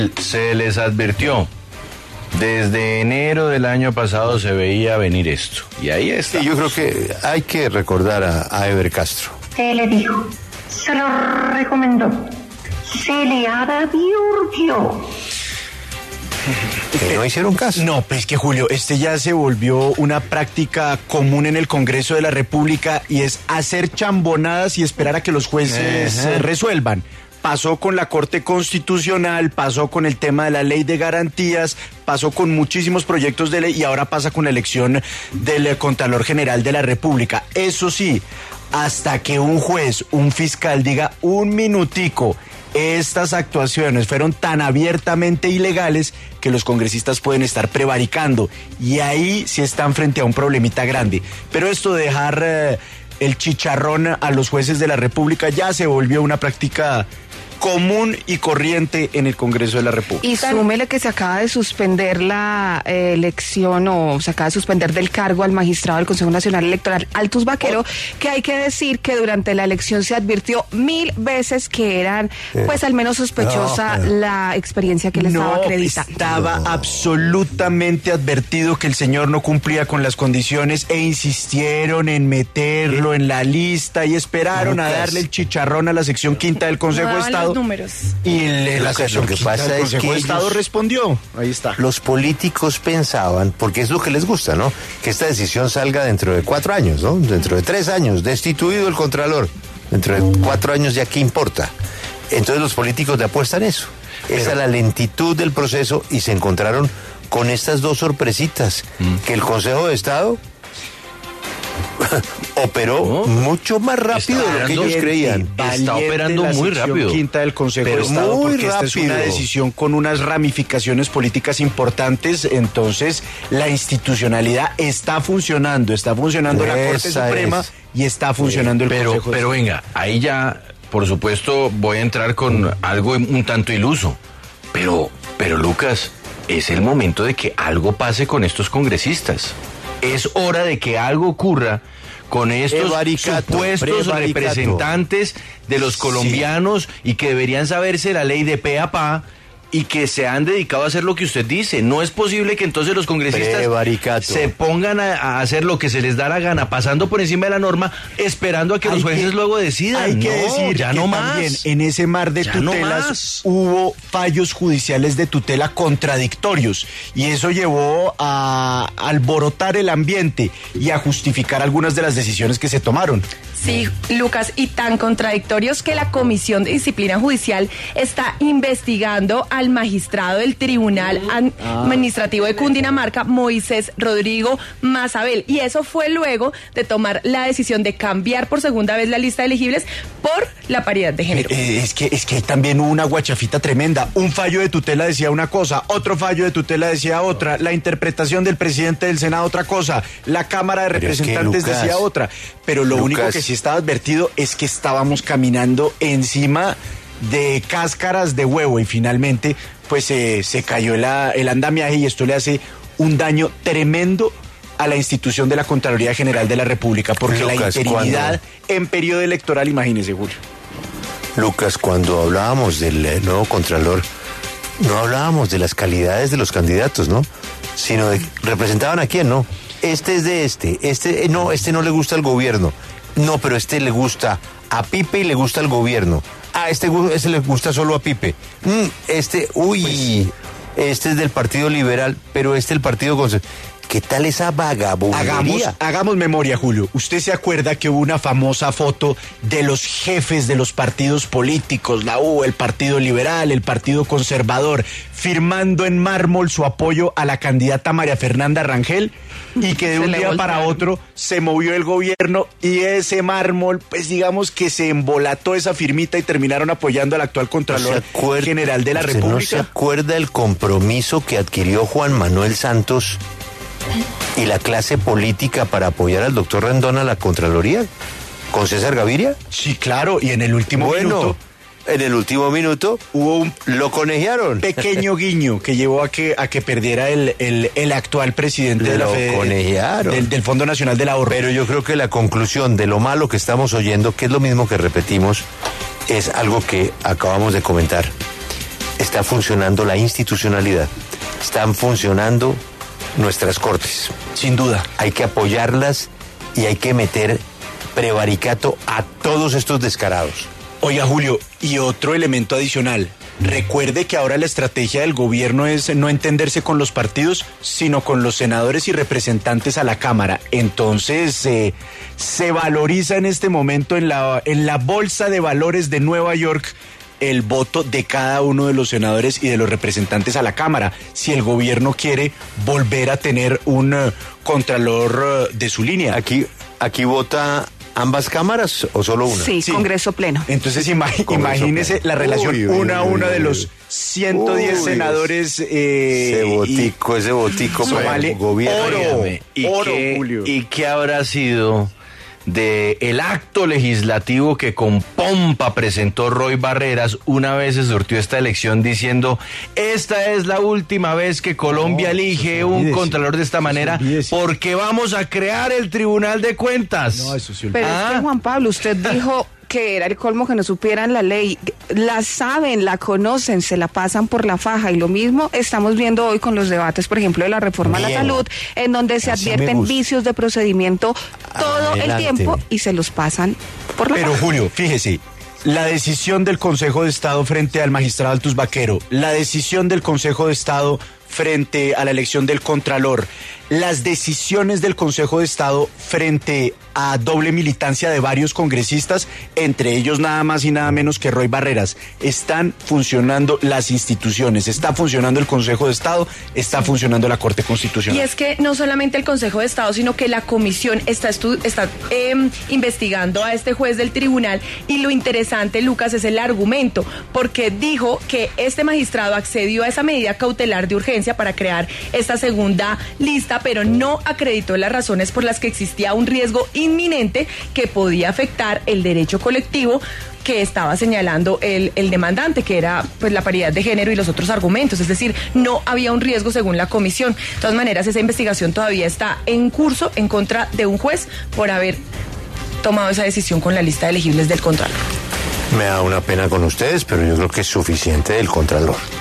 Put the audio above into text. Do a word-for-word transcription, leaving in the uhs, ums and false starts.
Se les advirtió. Desde enero del año pasado se veía venir esto. Y ahí está. Sí, yo creo que hay que recordar a, a Eber Castro. Se le dijo, se lo recomendó, se le advirtió. Que no hicieron caso. No, pues que Julio, este ya se volvió una práctica común en el Congreso de la República y es hacer chambonadas y esperar a que los jueces uh-huh. resuelvan. Pasó con la Corte Constitucional, pasó con el tema de la Ley de Garantías, pasó con muchísimos proyectos de ley y ahora pasa con la elección del Contralor General de la República. Eso sí, hasta que un juez, un fiscal diga un minutico, estas actuaciones fueron tan abiertamente ilegales que los congresistas pueden estar prevaricando y ahí sí están frente a un problemita grande. Pero esto de dejar eh, el chicharrón a los jueces de la República ya se volvió una práctica común y corriente en el Congreso de la República. Y súmele que se acaba de suspender la eh, elección o se acaba de suspender del cargo al magistrado del Consejo Nacional Electoral, Altus Baquero, oh. que hay que decir que durante la elección se advirtió mil veces que eran, eh. pues al menos sospechosa no, la experiencia que le no, estaba acreditando. Estaba no. absolutamente advertido que el señor no cumplía con las condiciones e insistieron en meterlo ¿Eh? en la lista y esperaron no, a darle el chicharrón a la sección quinta del Consejo no, de Estado. Números. Y le, la lo que pasa es que el Estado ellos, respondió. Ahí está. Los políticos pensaban, porque es lo que les gusta, ¿no? Que esta decisión salga dentro de cuatro años, ¿no? Dentro de tres años, destituido el Contralor. Dentro de cuatro años ya qué importa. Entonces los políticos le apuestan eso. Pero, esa es la lentitud del proceso y se encontraron con estas dos sorpresitas. Mm. Que el Consejo de Estado operó oh, mucho más rápido de lo que ellos creían. Está operando muy rápido. Quinta del Consejo Pero de Estado, muy porque rápido. Esta es una decisión con unas ramificaciones políticas importantes. Entonces, la institucionalidad está funcionando, está funcionando Esa la Corte Suprema es. y está funcionando sí, el pero, Consejo. Pero venga, ahí ya, por supuesto, voy a entrar con algo un tanto iluso. Pero, pero Lucas, es el momento de que algo pase con estos congresistas. Es hora de que algo ocurra con estos prevaricato, supuestos prevaricato. representantes de los colombianos sí. y que deberían saberse la ley de pe a pa y que se han dedicado a hacer lo que usted dice. No es posible que entonces los congresistas prevaricato. se pongan a, a hacer lo que se les da la gana, pasando por encima de la norma, esperando a que hay los jueces que, luego decidan. Hay no, que decir ya que no también más. en ese mar de ya tutelas no hubo fallos judiciales de tutela contradictorios y eso llevó a alborotar el ambiente y a justificar algunas de las decisiones que se tomaron. Sí, Lucas, y tan contradictorios que la Comisión de Disciplina Judicial está investigando al magistrado del Tribunal Administrativo de Cundinamarca, Moisés Rodrigo Mazabel. Y eso fue luego de tomar la decisión de cambiar por segunda vez la lista de elegibles por la paridad de género. Eh, es que es que también hubo una guachafita tremenda. Un fallo de tutela decía una cosa, otro fallo de tutela decía otra, la interpretación del presidente del Senado otra cosa, la Cámara de Representantes es que, Lucas, decía otra. Pero lo Lucas, único que sí estaba advertido es que estábamos caminando encima de cáscaras de huevo y finalmente pues eh, se cayó la, el andamiaje y esto le hace un daño tremendo a la institución de la Contraloría General de la República, porque Lucas, la interinidad cuando... en periodo electoral, imagínese, Julio. Lucas, cuando hablábamos del nuevo Contralor, no hablábamos de las calidades de los candidatos, ¿no? Sino de representaban a quién, ¿no? Este es de este, este, no, este no le gusta al gobierno. No, pero este le gusta a Pipe y le gusta al gobierno. Ah, este, este le gusta solo a Pipe. Mm, este, uy, pues, este es del Partido Liberal, pero este el Partido Conservador. ¿Qué tal esa vagabundería? Hagamos, hagamos memoria, Julio. ¿Usted se acuerda que hubo una famosa foto de los jefes de los partidos políticos, la U, el Partido Liberal, el Partido Conservador, firmando en mármol su apoyo a la candidata María Fernanda Rangel? Y que de un día para otro se movió el gobierno y ese mármol, pues digamos que se embolató esa firmita y terminaron apoyando al actual Contralor ¿No acuerda, General de la República? ¿No se acuerda el compromiso que adquirió Juan Manuel Santos y la clase política para apoyar al doctor Rendón a la Contraloría? ¿Con César Gaviria? Sí, claro, y en el último bueno, minuto... En el último minuto hubo un lo conejearon. Pequeño guiño que llevó a que a que perdiera el, el, el actual presidente lo de la Fede, conejearon. Del, del Fondo Nacional del Ahorro. Pero yo creo que la conclusión de lo malo que estamos oyendo, que es lo mismo que repetimos, es algo que acabamos de comentar. está funcionando la institucionalidad, están funcionando nuestras cortes. Sin duda. Hay que apoyarlas y hay que meter prevaricato a todos estos descarados. Oiga, Julio, y otro elemento adicional. Recuerde que ahora la estrategia del gobierno es no entenderse con los partidos, sino con los senadores y representantes a la Cámara. Entonces, eh, se valoriza en este momento en la, en la Bolsa de Valores de Nueva York el voto de cada uno de los senadores y de los representantes a la Cámara, si el gobierno quiere volver a tener un uh, contralor uh, de su línea. Aquí, aquí vota ambas cámaras o solo una. Sí, sí. Congreso pleno. Entonces imag- imagínese pleno. La relación uy, uy, una a una uy, uy, de los ciento diez uy, senadores. Eh, ese botico, y, ese botico no, vale gobierno. Oro, ¿Y, oro, qué, Julio. ¿Y qué habrá sido de el acto legislativo que con pompa presentó Roy Barreras una vez se sortió esta elección diciendo esta es la última vez que Colombia no, elige un contralor de esta manera porque vamos a crear el Tribunal de Cuentas? No, eso sí. Pero ¿Ah? es que Juan Pablo, usted dijo que era el colmo que no supieran la ley. La saben, la conocen, se la pasan por la faja. Y lo mismo estamos viendo hoy con los debates, por ejemplo, de la reforma Bien. a la salud, en donde se Así advierten vicios de procedimiento todo Adelante. el tiempo y se los pasan por la Pero, faja. Pero Julio, fíjese, la decisión del Consejo de Estado frente al magistrado Altus Baquero, la decisión del Consejo de Estado frente a la elección del Contralor, las decisiones del Consejo de Estado frente a doble militancia de varios congresistas, entre ellos nada más y nada menos que Roy Barreras. Están funcionando las instituciones, está funcionando el Consejo de Estado, está funcionando la Corte Constitucional. Y es que no solamente el Consejo de Estado, sino que la comisión está, estu- está eh, investigando a este juez del tribunal, y lo interesante, Lucas, es el argumento, porque dijo que este magistrado accedió a esa medida cautelar de urgencia para crear esta segunda lista, pero no acreditó las razones por las que existía un riesgo inminente que podía afectar el derecho colectivo que estaba señalando el, el demandante, que era pues la paridad de género y los otros argumentos. Es decir, no había un riesgo según la comisión. De todas maneras, esa investigación todavía está en curso en contra de un juez por haber tomado esa decisión con la lista de elegibles del Contralor. Me da una pena con ustedes, pero yo creo que es suficiente del Contralor.